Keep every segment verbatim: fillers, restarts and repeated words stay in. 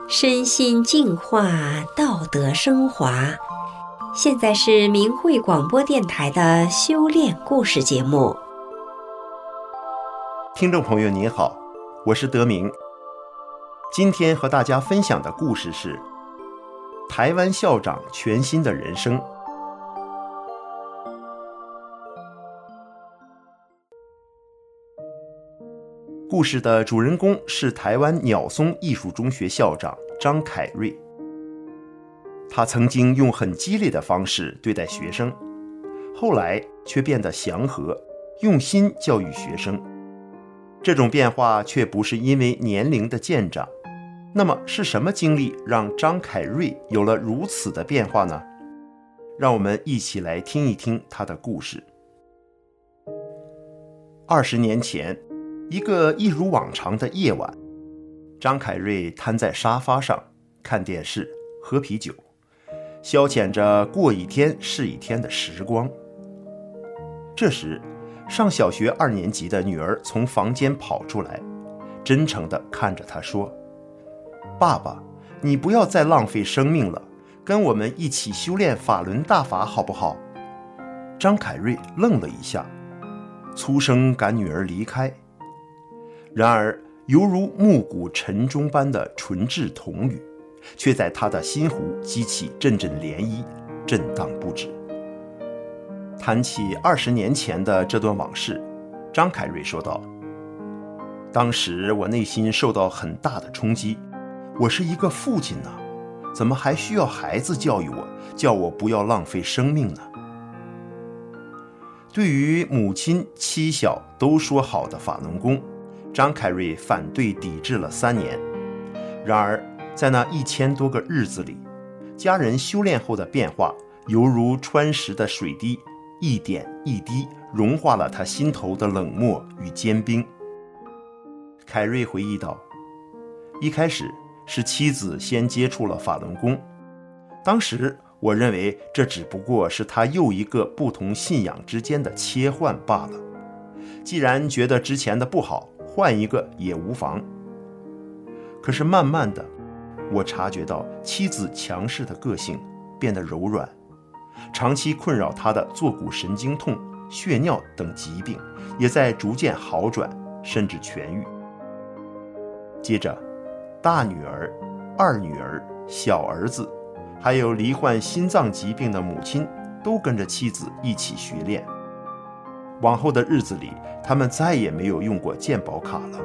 身心净化，道德升华。现在是明慧广播电台的修炼故事节目。 听众朋友您好，我是德明。今天和大家分享的故事是台湾校长全新的人生。故事的主人公是台湾鸟松艺术中学校长张凯瑞。他曾经用很激烈的方式对待学生，后来却变得祥和，用心教育学生。这种变化却不是因为年龄的渐长。那么是什么经历让张凯瑞有了如此的变化呢？让我们一起来听一听他的故事。二十年前，一个一如往常的夜晚，张凯瑞瘫在沙发上看电视、喝啤酒，消遣着过一天是一天的时光。这时，上小学二年级的女儿从房间跑出来，真诚地看着他说：“爸爸，你不要再浪费生命了，跟我们一起修炼法轮大法好不好？”张凯瑞愣了一下，粗声赶女儿离开。然而犹如暮鼓晨钟般的纯质童语，却在他的心湖激起阵阵涟漪，震荡不止。谈起二十年前的这段往事，张凯瑞说道：“当时我内心受到很大的冲击，我是一个父亲呢，怎么还需要孩子教育我，叫我不要浪费生命呢？”对于母亲妻小都说好的法轮功，张凯瑞反对抵制了三年。然而在那一千多个日子里，家人修炼后的变化犹如穿石的水滴，一点一滴融化了他心头的冷漠与坚冰。凯瑞回忆道：“一开始是妻子先接触了法轮功，当时我认为这只不过是他又一个不同信仰之间的切换罢了。既然觉得之前的不好，换一个也无妨。可是慢慢的，我察觉到妻子强势的个性变得柔软，长期困扰她的坐骨神经痛、血尿等疾病也在逐渐好转，甚至痊愈。接着，大女儿、二女儿、小儿子，还有罹患心脏疾病的母亲，都跟着妻子一起学练。往后的日子里，他们再也没有用过健保卡了。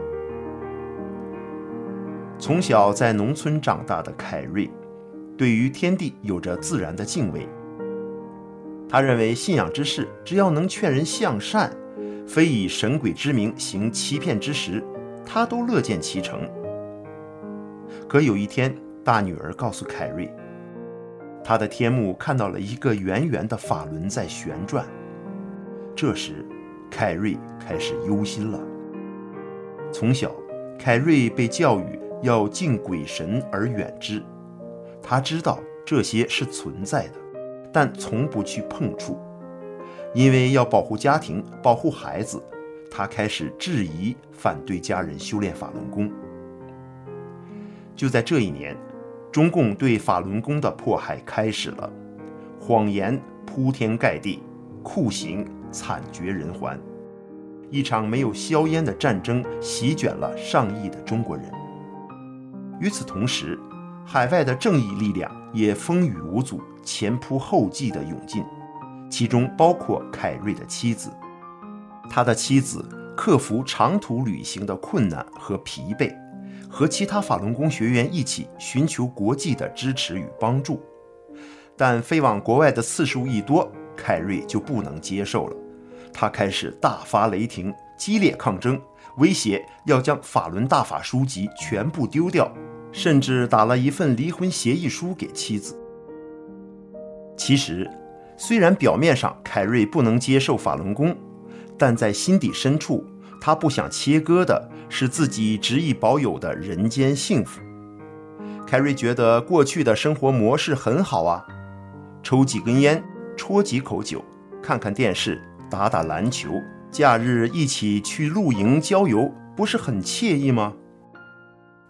从小在农村长大的凯瑞，对于天地有着自然的敬畏。他认为信仰之事，只要能劝人向善，非以神鬼之名行欺骗之实，他都乐见其成。可有一天，大女儿告诉凯瑞，他的天幕看到了一个圆圆的法轮在旋转。这时，凯瑞开始忧心了。从小，凯瑞被教育要敬鬼神而远之，他知道这些是存在的，但从不去碰触。因为要保护家庭、保护孩子，他开始质疑、反对家人修炼法轮功。就在这一年，中共对法轮功的迫害开始了，谎言铺天盖地，酷刑惨绝人寰，一场没有硝烟的战争席卷了上亿的中国人。与此同时，海外的正义力量也风雨无阻、前仆后继地涌进，其中包括凯瑞的妻子。他的妻子克服长途旅行的困难和疲惫，和其他法轮功学员一起寻求国际的支持与帮助。但飞往国外的次数一多，凯瑞就不能接受了，他开始大发雷霆，激烈抗争，威胁要将法轮大法书籍全部丢掉，甚至打了一份离婚协议书给妻子。其实，虽然表面上凯瑞不能接受法轮功，但在心底深处，他不想切割的是自己执意保有的人间幸福。凯瑞觉得过去的生活模式很好啊，抽几根烟，戳几口酒，看看电视，打打篮球，假日一起去露营郊游，不是很惬意吗？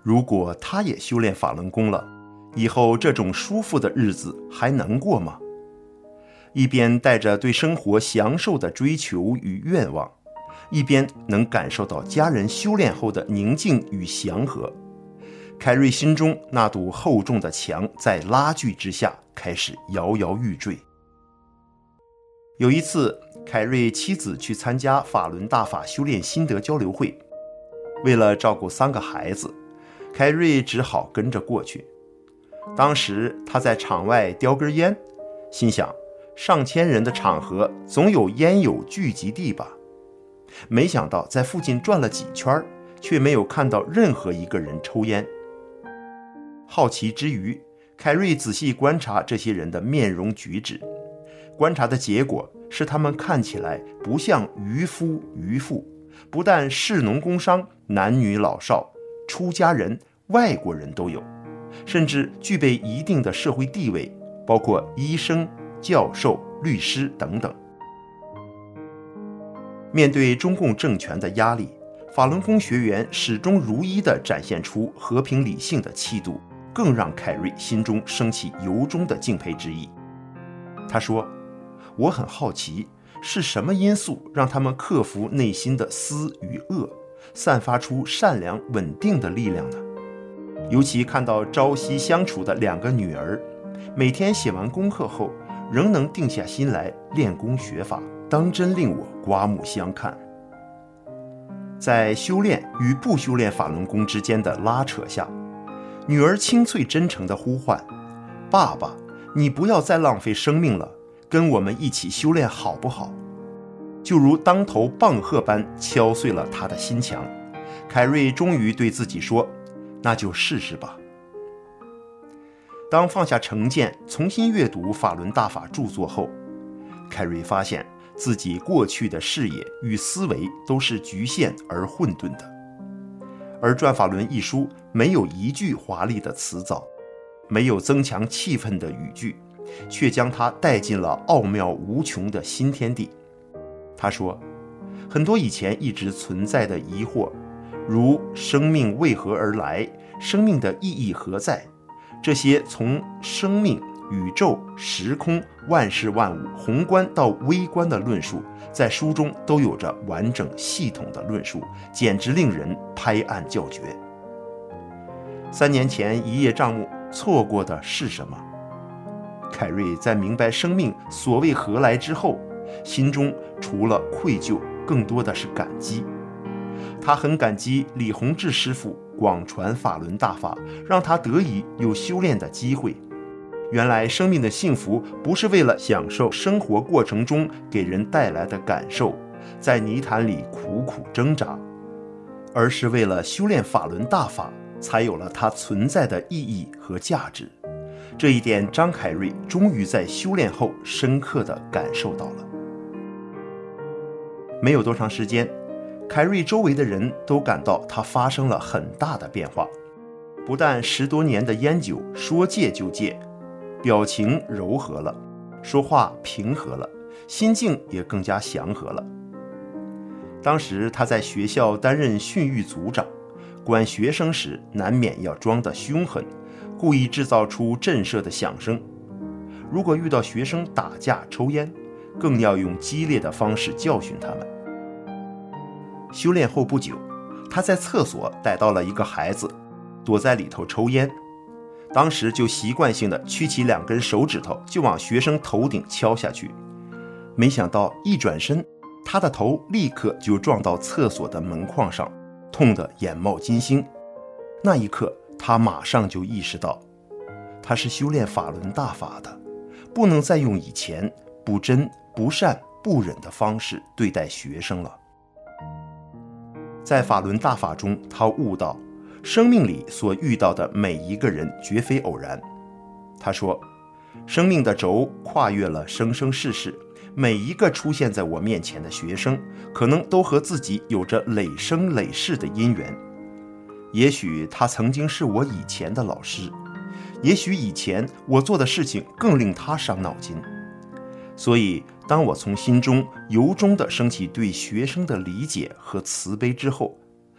如果他也修炼法轮功了，以后这种舒服的日子还能过吗？一边带着对生活享受的追求与愿望，一边能感受到家人修炼后的宁静与祥和，凯瑞心中那堵厚重的墙在拉锯之下开始摇摇欲坠。有一次，凯瑞妻子去参加法轮大法修炼心得交流会，为了照顾三个孩子，凯瑞只好跟着过去。当时他在场外叼根烟，心想上千人的场合总有烟友聚集地吧。没想到在附近转了几圈，却没有看到任何一个人抽烟。好奇之余，凯瑞仔细观察这些人的面容举止，观察的结果是他们看起来不像渔夫渔妇，不但士农工商，男女老少，出家人、外国人都有，甚至具备一定的社会地位，包括医生、教授、律师等等。面对中共政权的压力，法轮功学员始终如一地展现出和平理性的气度，更让凯瑞心中升起由衷的敬佩之意。他说，我很好奇，是什么因素让他们克服内心的私与恶，散发出善良稳定的力量呢？尤其看到朝夕相处的两个女儿，每天写完功课后仍能定下心来练功学法，当真令我刮目相看。在修炼与不修炼法轮功之间的拉扯下，女儿清脆真诚地呼唤，爸爸，你不要再浪费生命了，跟我们一起修炼好不好？就如当头棒喝般敲碎了他的心墙。凯瑞终于对自己说，那就试试吧。当放下成见，重新阅读法轮大法著作后，凯瑞发现自己过去的视野与思维都是局限而混沌的。而《转法轮》一书没有一句华丽的词藻，没有增强气氛的语句，却将他带进了奥妙无穷的新天地。他说，很多以前一直存在的疑惑，如生命为何而来，生命的意义何在，这些从生命、宇宙、时空、万事万物宏观到微观的论述，在书中都有着完整系统的论述，简直令人拍案叫绝。三年前一叶障目，错过的是什么？凯瑞在明白生命所谓何来之后，心中除了愧疚，更多的是感激。他很感激李洪志师傅广传法轮大法，让他得以有修炼的机会。原来生命的幸福不是为了享受生活过程中给人带来的感受，在泥潭里苦苦挣扎，而是为了修炼法轮大法，才有了它存在的意义和价值。这一点张凯瑞终于在修炼后深刻地感受到了。没有多长时间，凯瑞周围的人都感到他发生了很大的变化，不但十多年的烟酒说戒就戒，表情柔和了，说话平和了，心境也更加祥和了。当时他在学校担任训育组长，管学生时难免要装得凶狠，故意制造出震慑的响声。如果遇到学生打架抽烟，更要用激烈的方式教训他们。修炼后不久，他在厕所逮到了一个孩子，躲在里头抽烟。当时就习惯性的屈起两根手指头，就往学生头顶敲下去。没想到一转身，他的头立刻就撞到厕所的门框上，痛得眼冒金星。那一刻，他马上就意识到，他是修炼法轮大法的，不能再用以前不真、不善、不忍的方式对待学生了。在法轮大法中，他悟到生命里所遇到的每一个人绝非偶然。他说，生命的轴跨越了生生世世，每一个出现在我面前的学生，可能都和自己有着累生累世的因缘。也许他曾经是我以前的老师，也许以前我做的事情更令他伤脑筋。所以当我从心中由衷地升起对学生的理解和慈悲之后，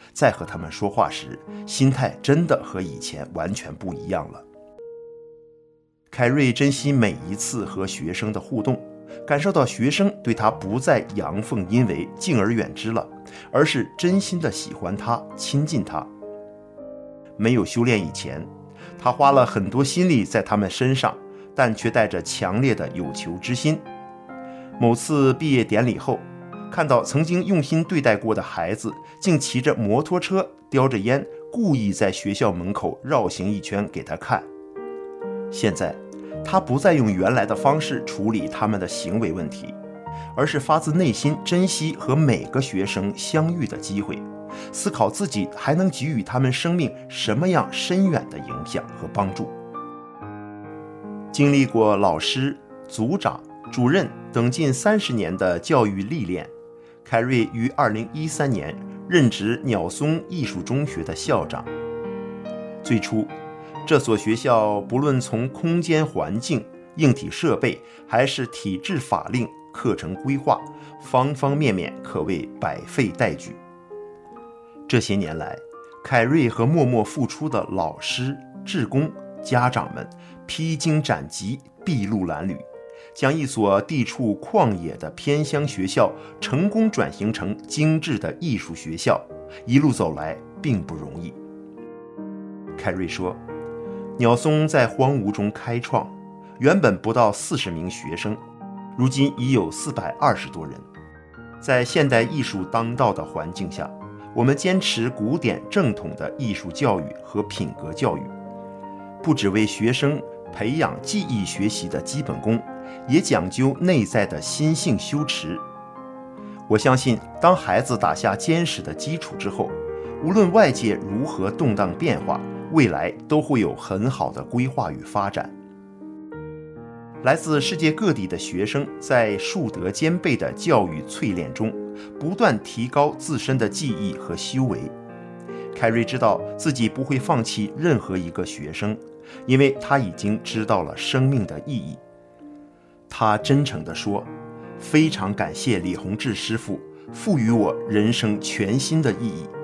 再和他们说话时，心态真的和以前完全不一样了。凯瑞珍惜每一次和学生的互动，感受到学生对他不再阳奉阴违、敬而远之了，而是真心的喜欢他、亲近他。没有修炼以前，他花了很多心力在他们身上，但却带着强烈的有求之心。某次毕业典礼后，看到曾经用心对待过的孩子，竟骑着摩托车，叼着烟，故意在学校门口绕行一圈给他看。现在他不再用原来的方式处理他们的行为问题，而是发自内心珍惜和每个学生相遇的机会，思考自己还能给予他们生命什么样深远的影响和帮助。经历过老师、组长、主任等近三十年的教育历练，凯瑞于二零一三年任职鸟松艺术中学的校长。最初，这所学校不论从空间环境、硬体设备，还是体制法令、课程规划，方方面面可谓百废待举。这些年来，凯瑞和默默付出的老师、志工、家长们披荆斩棘、筚路蓝缕，将一所地处旷野的偏乡学校成功转型成精致的艺术学校，一路走来并不容易。凯瑞说，鸟松在荒芜中开创，原本不到四十名学生，如今已有四百二十多人。在现代艺术当道的环境下，我们坚持古典正统的艺术教育和品格教育，不只为学生培养技艺学习的基本功，也讲究内在的心性修持。我相信，当孩子打下坚实的基础之后，无论外界如何动荡变化，未来都会有很好的规划与发展。来自世界各地的学生在术德兼备的教育淬炼中，不断提高自身的技艺和修为。凯瑞知道自己不会放弃任何一个学生，因为他已经知道了生命的意义。他真诚地说，非常感谢李洪志师傅赋予我人生全新的意义。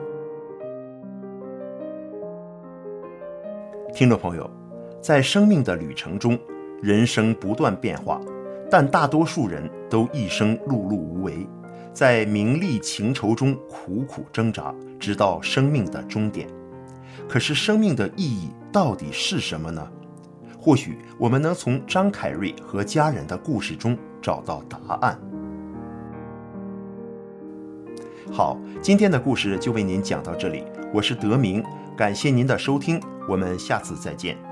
听众朋友，在生命的旅程中，人生不断变化，但大多数人都一生碌碌无为，在名利情仇中苦苦挣扎，直到生命的终点。可是生命的意义到底是什么呢？或许我们能从张凯瑞和家人的故事中找到答案。好，今天的故事就为您讲到这里，我是德明，感谢您的收听，我们下次再见。